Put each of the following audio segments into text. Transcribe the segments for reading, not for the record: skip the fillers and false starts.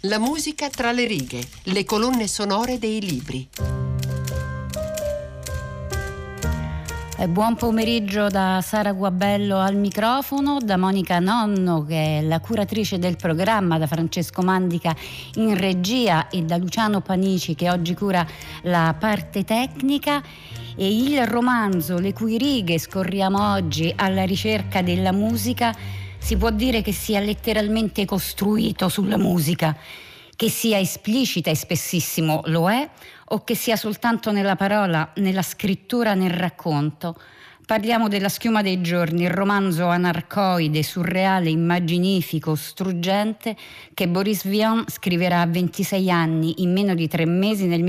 La musica tra le righe, le colonne sonore dei libri. Buon pomeriggio da Sara Guabello al microfono, da Monica Nonno che è la curatrice del programma, da Francesco Mandica in regia e da Luciano Panici che oggi cura la parte tecnica. E il romanzo le cui righe scorriamo oggi alla ricerca della musica si può dire che sia letteralmente costruito sulla musica, che sia esplicita e spessissimo lo è, o che sia soltanto nella parola, nella scrittura, nel racconto. Parliamo della Schiuma dei giorni, il romanzo anarcoide, surreale, immaginifico, struggente che Boris Vian scriverà a 26 anni, in meno di 3 mesi, nel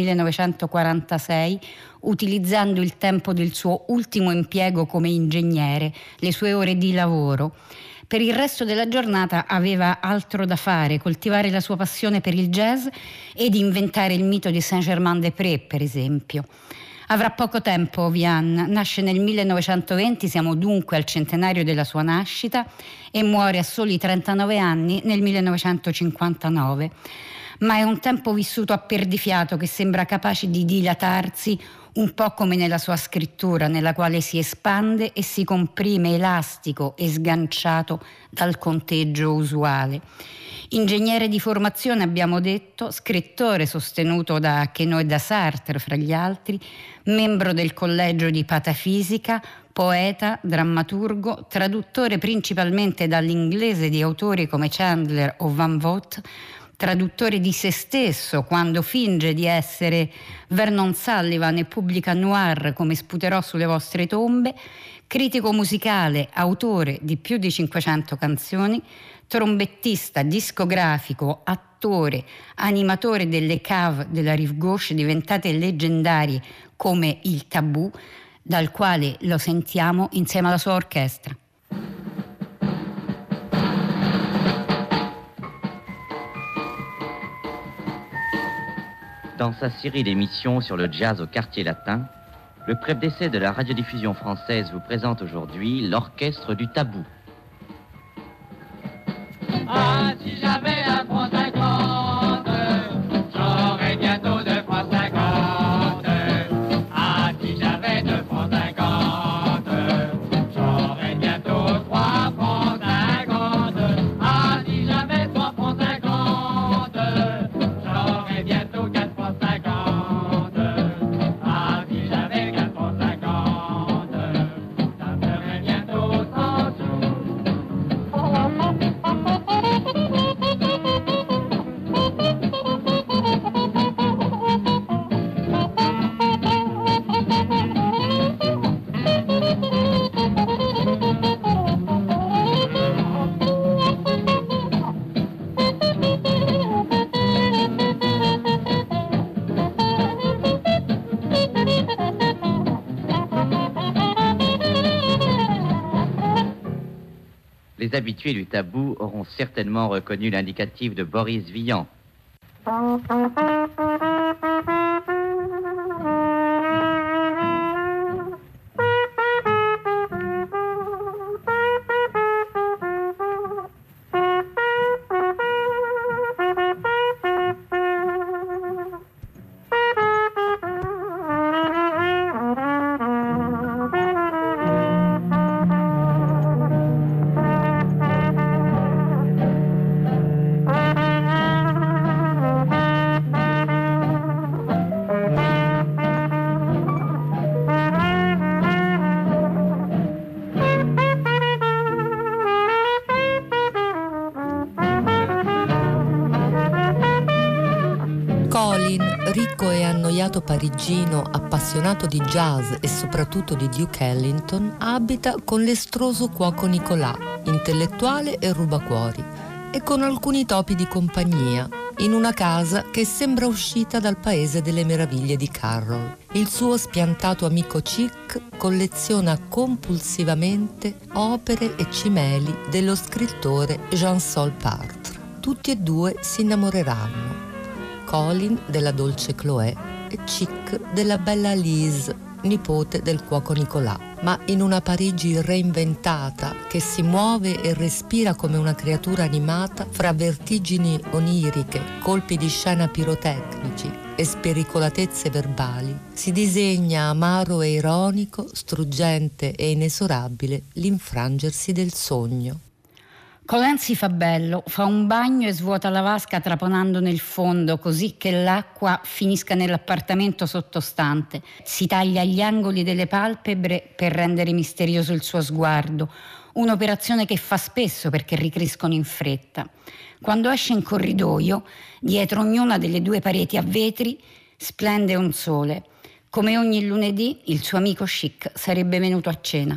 1946, utilizzando il tempo del suo ultimo impiego come ingegnere, le sue ore di lavoro. Per il resto della giornata aveva altro da fare, coltivare la sua passione per il jazz ed inventare il mito di Saint-Germain-des-Prés, per esempio. Avrà poco tempo Vian, nasce nel 1920, siamo dunque al centenario della sua nascita, e muore a soli 39 anni nel 1959. Ma è un tempo vissuto a perdifiato che sembra capace di dilatarsi un po' come nella sua scrittura, nella quale si espande e si comprime elastico e sganciato dal conteggio usuale. Ingegnere di formazione, abbiamo detto, scrittore sostenuto da Queneau e da Sartre, fra gli altri, membro del collegio di patafisica, poeta, drammaturgo, traduttore principalmente dall'inglese di autori come Chandler o Van Vogt, traduttore di se stesso quando finge di essere Vernon Sullivan e pubblica noir come Sputerò sulle vostre tombe, critico musicale, autore di più di 500 canzoni, trombettista, discografico, attore, animatore delle cave della Rive Gauche diventate leggendarie come il Tabù, dal quale lo sentiamo insieme alla sua orchestra. Dans sa série d'émissions sur le jazz au quartier latin, le Pref d'essai de la radiodiffusion française vous présente aujourd'hui l'orchestre du Tabou. Ah, si j'avais un franc 50, j'aurais bientôt 2 francs 50. Ah, si j'avais 2 francs 50, j'aurais bientôt 3 francs 50. Ah, si j'avais 3 francs 50, j'aurais bientôt 4 francs 50. Ah, si j'avais 4 francs 50, ça ferait bientôt 100 sous. Les habitués du Tabou auront certainement reconnu l'indicatif de Boris Vian. Ricco e annoiato parigino, appassionato di jazz e soprattutto di Duke Ellington, abita con l'estroso cuoco Nicolà, intellettuale e rubacuori, e con alcuni topi di compagnia, in una casa che sembra uscita dal paese delle meraviglie di Carroll. Il suo spiantato amico Chic colleziona compulsivamente opere e cimeli dello scrittore Jean-Saul Sartre. Tutti e due si innamoreranno. Colin della dolce Chloé e Chic della bella Lise, nipote del cuoco Nicolà. ma in una Parigi reinventata che si muove e respira come una creatura animata fra vertigini oniriche, colpi di scena pirotecnici e spericolatezze verbali, si disegna amaro e ironico, struggente e inesorabile l'infrangersi del sogno. Colin si fa bello, fa un bagno e svuota la vasca trapanando nel fondo così che l'acqua finisca nell'appartamento sottostante. Si taglia gli angoli delle palpebre per rendere misterioso il suo sguardo, un'operazione che fa spesso perché ricrescono in fretta. Quando esce in corridoio, dietro ognuna delle due pareti a vetri, splende un sole. Come ogni lunedì, il suo amico chic sarebbe venuto a cena.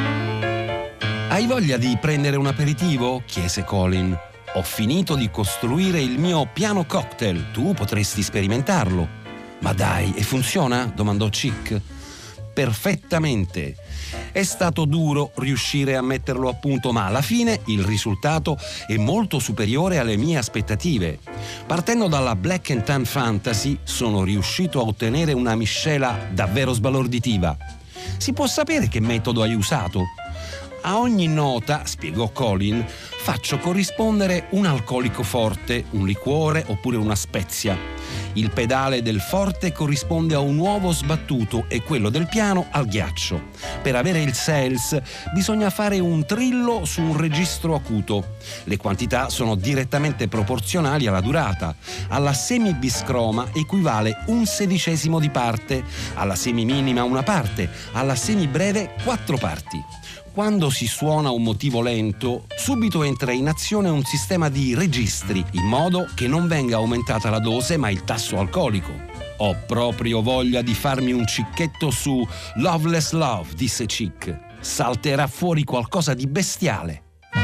Hai voglia di prendere un aperitivo? Chiese Colin. Ho finito di costruire il mio piano cocktail, tu potresti sperimentarlo. Ma dai, e funziona? Domandò Chic. Perfettamente. È stato duro riuscire a metterlo a punto, ma alla fine il risultato è molto superiore alle mie aspettative. Partendo dalla Black and Tan Fantasy, sono riuscito a ottenere una miscela davvero sbalorditiva. Si può sapere che metodo hai usato? A ogni nota, spiegò Colin, faccio corrispondere un alcolico forte, un liquore oppure una spezia. Il pedale del forte corrisponde a un uovo sbattuto e quello del piano al ghiaccio. Per avere il sales bisogna fare un trillo su un registro acuto. Le quantità sono direttamente proporzionali alla durata. Alla semibiscroma equivale 1/16 di parte, alla semiminima una parte, alla semibreve 4 parti. Quando si suona un motivo lento, subito entra in azione un sistema di registri, in modo che non venga aumentata la dose ma il tasso alcolico. Ho proprio voglia di farmi un cicchetto su Loveless Love, disse Chic. Salterà fuori qualcosa di bestiale.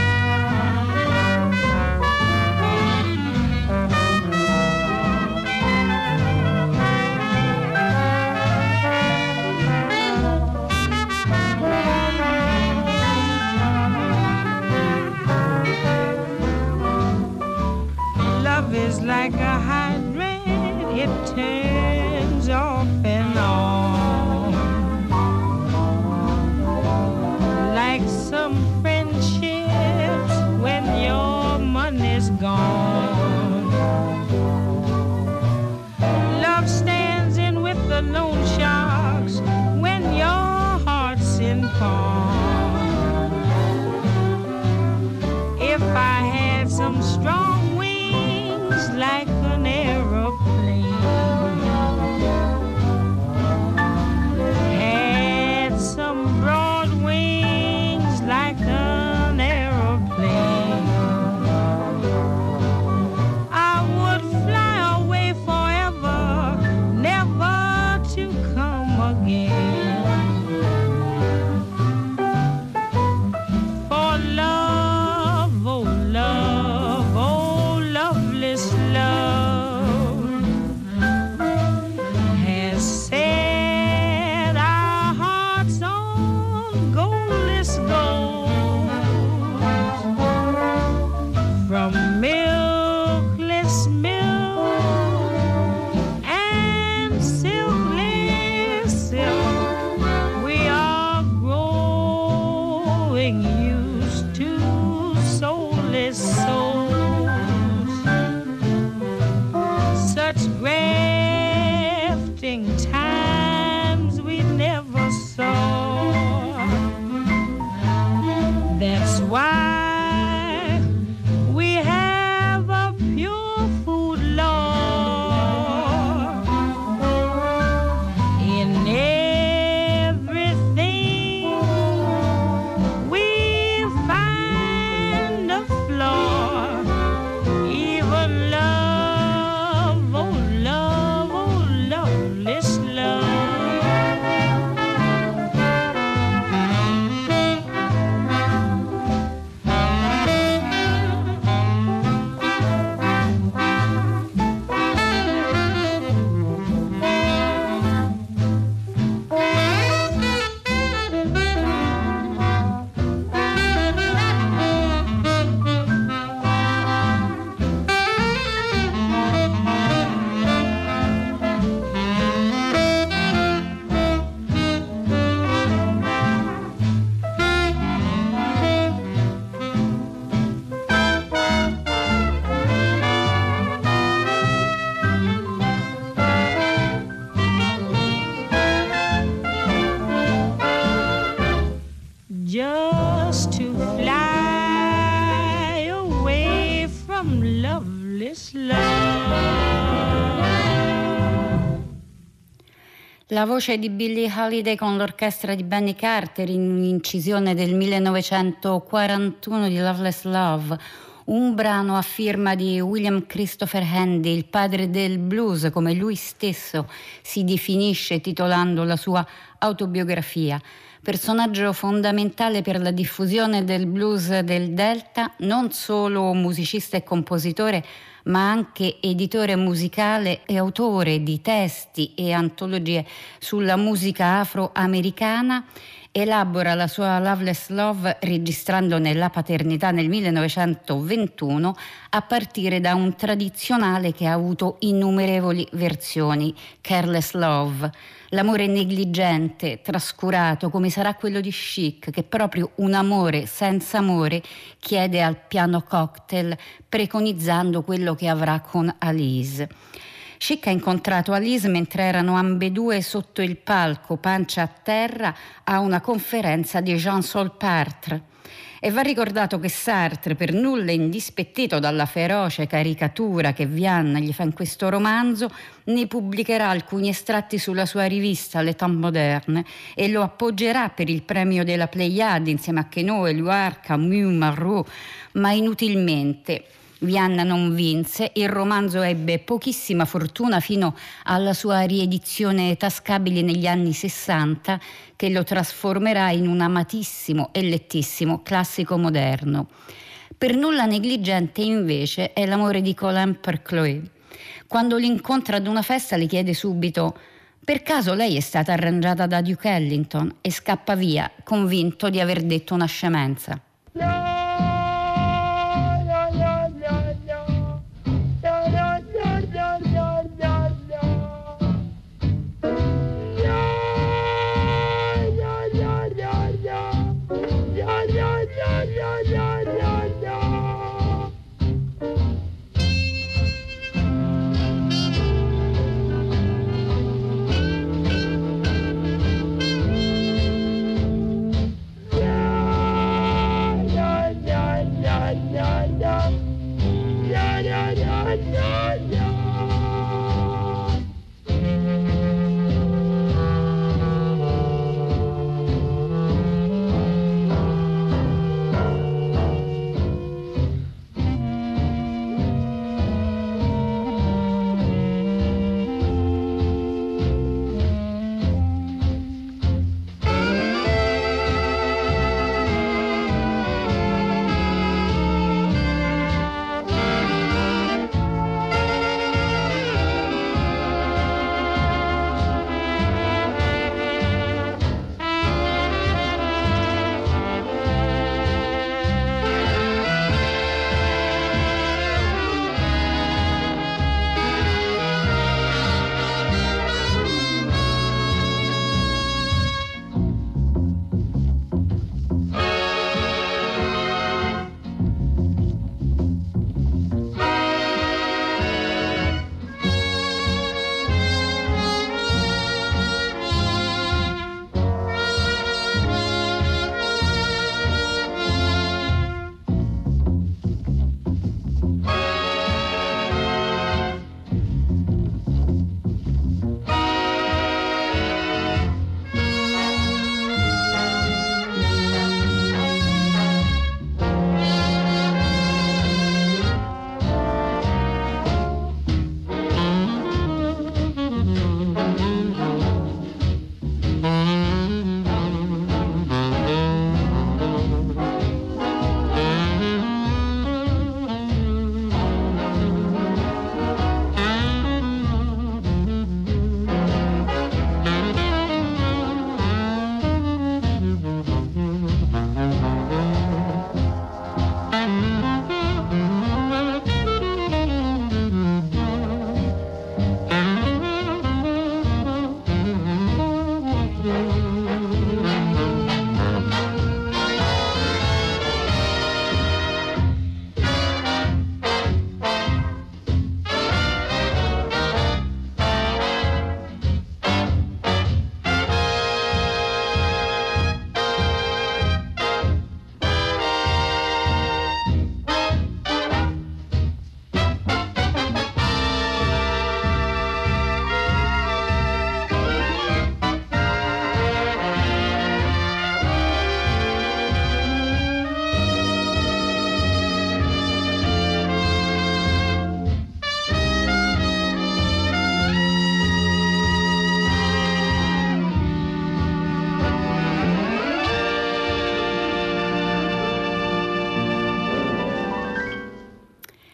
Like a hydrant, it turns off and on. Like some friendships when your money's gone. Love stands in with the loan sharks when your heart's in pawn. If I had some strong like an aeroplane, had some broad wings like an aeroplane, I would fly away forever, never to come again. For love, oh love, oh loveless love, some loveless love. La voce di Billie Holiday con l'orchestra di Benny Carter in un'incisione del 1941 di Loveless Love, un brano a firma di William Christopher Handy, il padre del blues, come lui stesso si definisce titolando la sua autobiografia. Personaggio fondamentale per la diffusione del blues del Delta, non solo musicista e compositore, ma anche editore musicale e autore di testi e antologie sulla musica afroamericana. Elabora la sua Loveless Love registrandone la paternità nel 1921 a partire da un tradizionale che ha avuto innumerevoli versioni, Careless Love. L'amore negligente, trascurato, come sarà quello di Chic, che proprio un amore senza amore chiede al piano cocktail, preconizzando quello che avrà con Alice. Chic ha incontrato Alice mentre erano ambedue sotto il palco, pancia a terra, a una conferenza di Jean-Saul Sartre. E va ricordato che Sartre, per nulla indispettito dalla feroce caricatura che Vianna gli fa in questo romanzo, ne pubblicherà alcuni estratti sulla sua rivista Le Temps Modernes e lo appoggerà per il premio della Pléiade insieme a Queneau, Éluard, Camus, Marot, ma inutilmente. Vianna non vinse, il romanzo ebbe pochissima fortuna fino alla sua riedizione tascabile negli anni 60, che lo trasformerà in un amatissimo e lettissimo classico moderno. Per nulla negligente invece è l'amore di Colin per Chloé. Quando l'incontra ad una festa le chiede subito: per caso lei è stata arrangiata da Duke Ellington? E scappa via, convinto di aver detto una scemenza.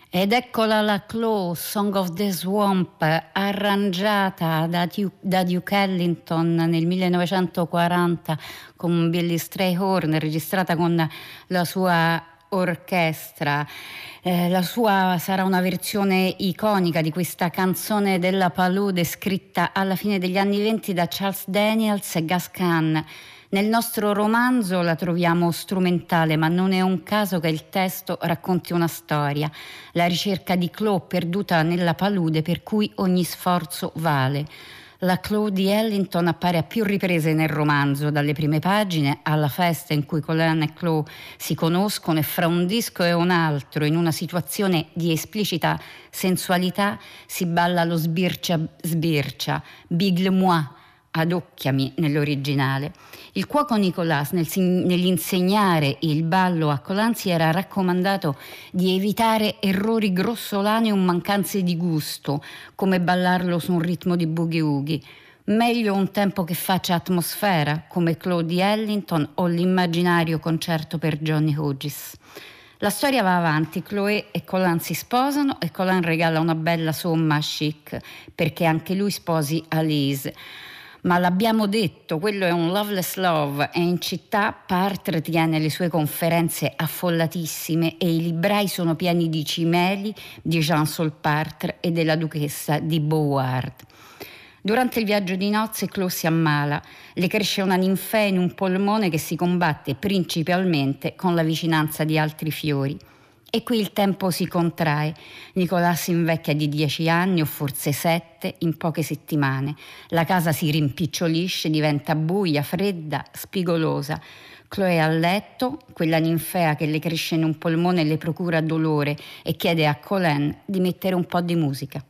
Ed eccola la Chloe, Song of the Swamp, arrangiata da Duke Ellington nel 1940 con Billy Strayhorn, registrata con la sua orchestra. La sua sarà una versione iconica di questa canzone della palude scritta alla fine degli anni 20 da Charles Daniels e Gus Kahn. Nel nostro romanzo la troviamo strumentale, ma non è un caso che il testo racconti una storia, la ricerca di Chloe perduta nella palude per cui ogni sforzo vale. La Chloe di Ellington appare a più riprese nel romanzo, dalle prime pagine alla festa in cui Colin e Chloe si conoscono e fra un disco e un altro, in una situazione di esplicita sensualità, si balla lo sbircia sbircia, bigle-moi, adocchiami nell'originale. Il cuoco Nicolas nell'insegnare il ballo a Colin si era raccomandato di evitare errori grossolani o mancanze di gusto, come ballarlo su un ritmo di boogie-woogie. Meglio un tempo che faccia atmosfera, come Chloe di Ellington o l'immaginario concerto per Johnny Hodges. La storia va avanti, Chloe e Colin si sposano e Colin regala una bella somma a Chic perché anche lui sposi Alice. Ma l'abbiamo detto, quello è un loveless love e in città Partre tiene le sue conferenze affollatissime e i librai sono pieni di cimeli di Jean-Saul Partre e della duchessa di Beauvoir. Durante il viaggio di nozze Chloe si ammala, le cresce una ninfea in un polmone che si combatte principalmente con la vicinanza di altri fiori. E qui il tempo si contrae. Nicolas invecchia di 10 anni o forse 7 in poche settimane. La casa si rimpicciolisce, diventa buia, fredda, spigolosa. Chloe è a letto, quella ninfea che le cresce in un polmone le procura dolore e chiede a Colin di mettere un po' di musica.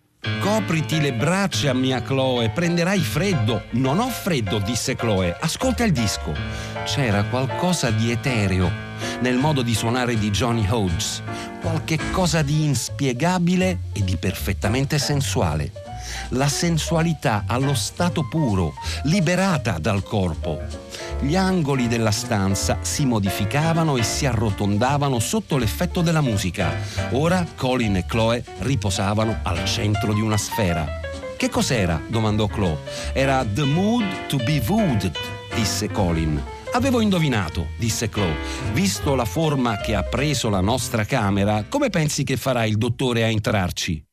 Copriti le braccia, mia Chloe, prenderai freddo. Non ho freddo, disse Chloe. Ascolta il disco. C'era qualcosa di etereo nel modo di suonare di Johnny Hodges, qualche cosa di inspiegabile e di perfettamente sensuale. La sensualità allo stato puro, liberata dal corpo. Gli angoli della stanza si modificavano e si arrotondavano sotto l'effetto della musica. Ora Colin e Chloe riposavano al centro di una sfera. Che cos'era? Domandò Chloe. Era The Mood to be Wooed, disse Colin. Avevo indovinato, disse Chloe. Visto la forma che ha preso la nostra camera, come pensi che farà il dottore a entrarci?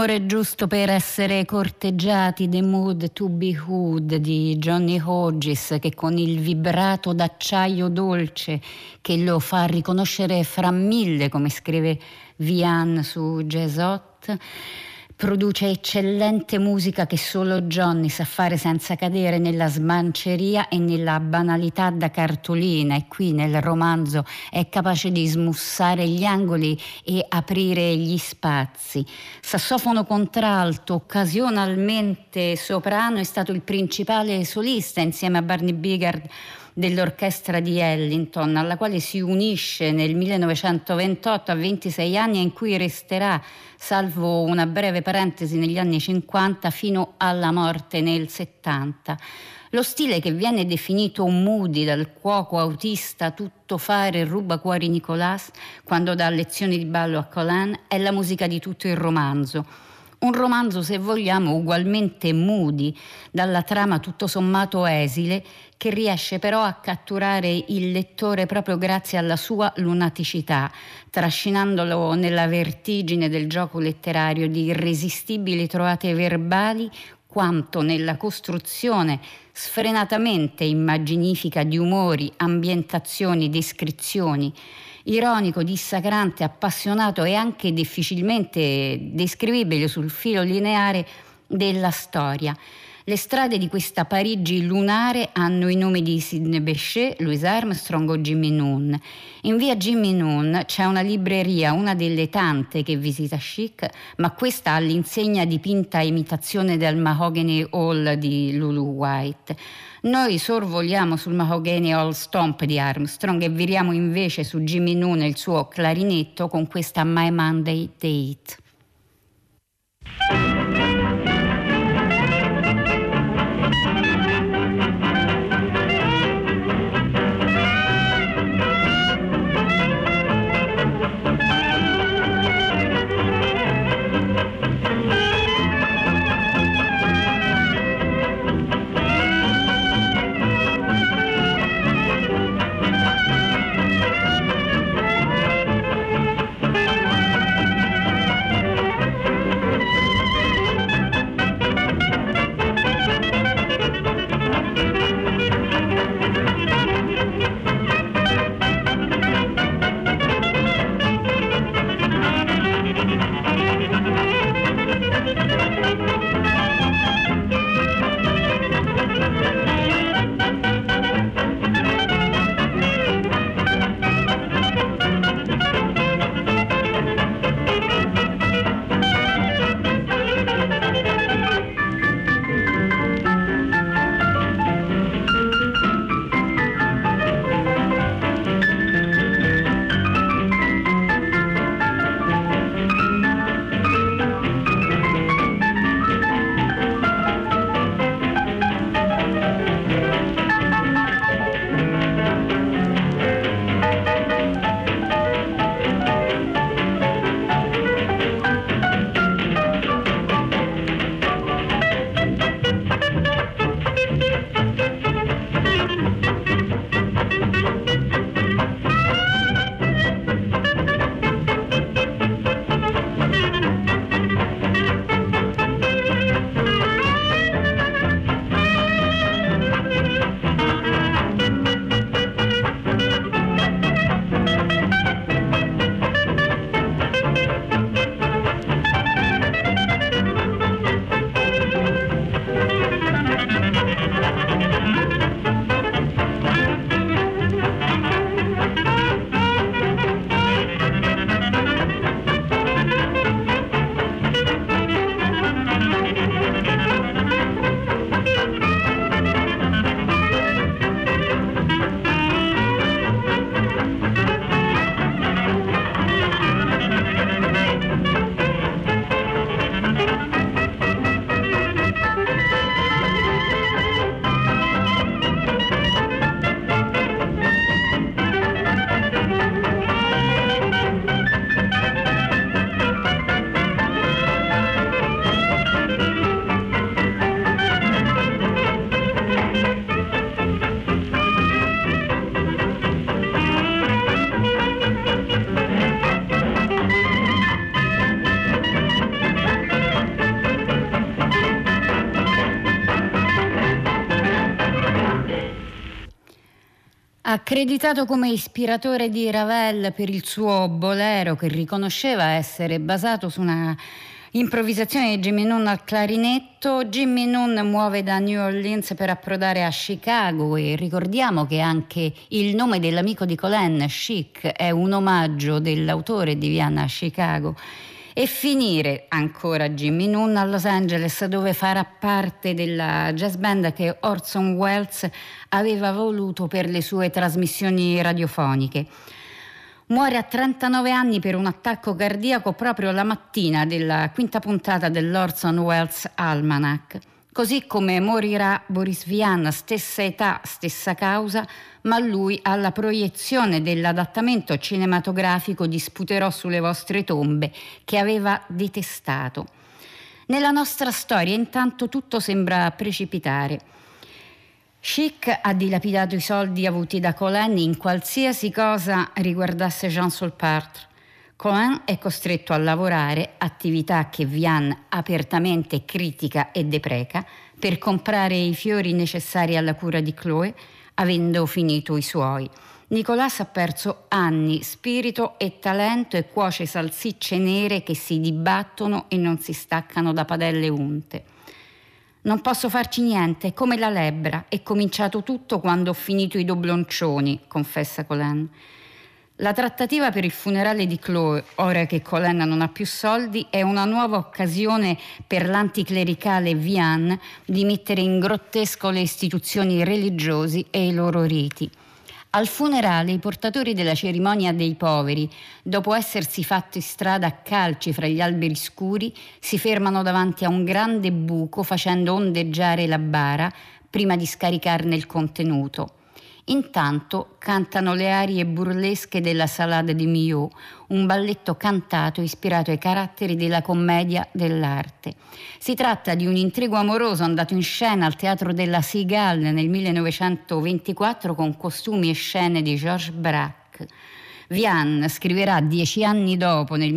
L'amore giusto per essere corteggiati, The Mood to be Hood di Johnny Hodges, che con il vibrato d'acciaio dolce che lo fa riconoscere fra mille, come scrive Vian su Jazz Hot, produce eccellente musica che solo Johnny sa fare senza cadere nella smanceria e nella banalità da cartolina, e qui nel romanzo è capace di smussare gli angoli e aprire gli spazi. Sassofono contralto, occasionalmente soprano, è stato il principale solista insieme a Barney Bigard dell'orchestra di Ellington, alla quale si unisce nel 1928 a 26 anni, e in cui resterà, salvo una breve parentesi negli anni 50, fino alla morte nel 70. Lo stile, che viene definito moody dal cuoco autista tuttofare rubacuori Nicolas quando dà lezioni di ballo a Colin, è la musica di tutto il romanzo. Un romanzo, se vogliamo, ugualmente moody, dalla trama tutto sommato esile, che riesce però a catturare il lettore proprio grazie alla sua lunaticità, trascinandolo nella vertigine del gioco letterario di irresistibili trovate verbali, quanto nella costruzione sfrenatamente immaginifica di umori, ambientazioni, descrizioni, ironico, dissacrante, appassionato e anche difficilmente descrivibile sul filo lineare della storia. Le strade di questa Parigi lunare hanno i nomi di Sidney Bechet, Louis Armstrong o Jimmy Noon. In via Jimmy Noon c'è una libreria, una delle tante che visita Chic, ma questa ha l'insegna dipinta a imitazione del Mahogany Hall di Lulu White. Noi sorvoliamo sul Mahogany Hall Stomp di Armstrong e viriamo invece su Jimmy Noon e il suo clarinetto con questa My Monday Date. Accreditato come ispiratore di Ravel per il suo bolero, che riconosceva essere basato su una improvvisazione di Jimmy Nunn al clarinetto, Jimmy Nunn muove da New Orleans per approdare a Chicago, e ricordiamo che anche il nome dell'amico di Colin, Chic, è un omaggio dell'autore di Vienna a Chicago. E finire ancora Jimmy Nunn a Los Angeles, dove farà parte della jazz band che Orson Welles aveva voluto per le sue trasmissioni radiofoniche. Muore a 39 anni per un attacco cardiaco proprio la mattina della quinta puntata dell'Orson Welles Almanac. Così come morirà Boris Vian, stessa età, stessa causa, ma lui alla proiezione dell'adattamento cinematografico di Sputerò sulle vostre tombe, che aveva detestato. Nella nostra storia intanto tutto sembra precipitare. Chic ha dilapidato i soldi avuti da Colin in qualsiasi cosa riguardasse Jean Saulpartre. Colin è costretto a lavorare, attività che Vian apertamente critica e depreca, per comprare i fiori necessari alla cura di Chloé, avendo finito i suoi. Nicolas ha perso anni, spirito e talento, e cuoce salsicce nere che si dibattono e non si staccano da padelle unte. Non posso farci niente, è come la lebbra. È cominciato tutto quando ho finito i dobloncioni, confessa Colin. La trattativa per il funerale di Chloé, ora che Colin non ha più soldi, è una nuova occasione per l'anticlericale Vian di mettere in grottesco le istituzioni religiosi e i loro riti. Al funerale i portatori della cerimonia dei poveri, dopo essersi fatti strada a calci fra gli alberi scuri, si fermano davanti a un grande buco facendo ondeggiare la bara prima di scaricarne il contenuto. Intanto cantano le arie burlesche della Salade di Milhaud, un balletto cantato ispirato ai caratteri della commedia dell'arte. Si tratta di un intrigo amoroso andato in scena al Teatro della Cigale nel 1924 con costumi e scene di Georges Braque. Vian scriverà 10 anni dopo, nel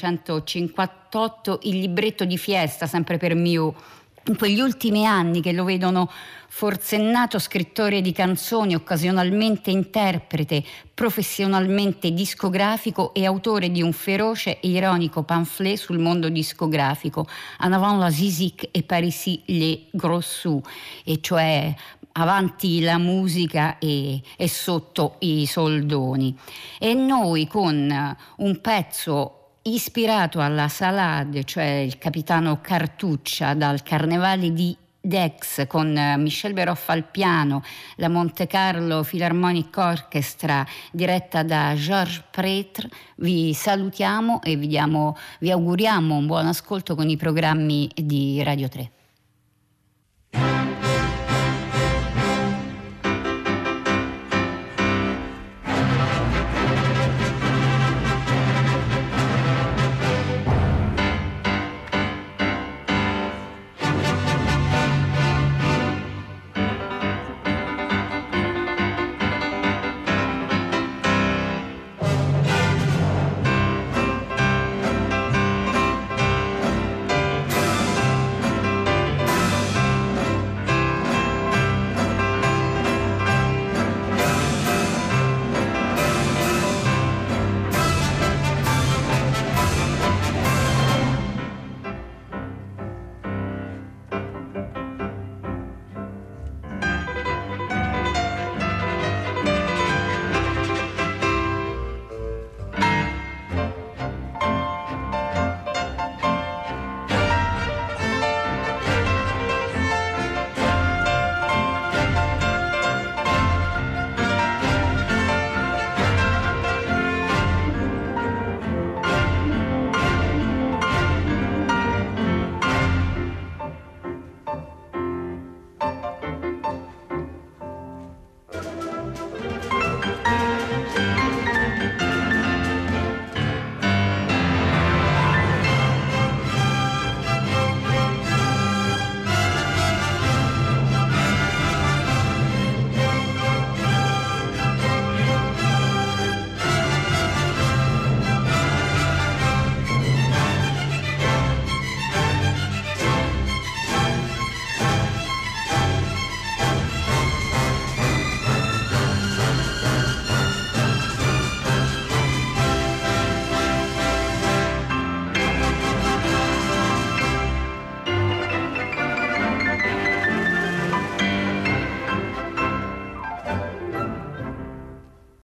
1958, il libretto di Fiesta, sempre per Milhaud. In quegli ultimi anni che lo vedono forsennato scrittore di canzoni, occasionalmente interprete, professionalmente discografico e autore di un feroce e ironico pamphlet sul mondo discografico, En avant la musique et par ici les gros sous, e cioè avanti la musica e sotto i soldoni. E noi con un pezzo ispirato alla Salade, cioè il capitano Cartuccia, dal Carnevale di Daix, con Michel Beroff al piano, la Monte Carlo Philharmonic Orchestra diretta da Georges Prêtre, vi salutiamo e vi auguriamo un buon ascolto con i programmi di Radio 3.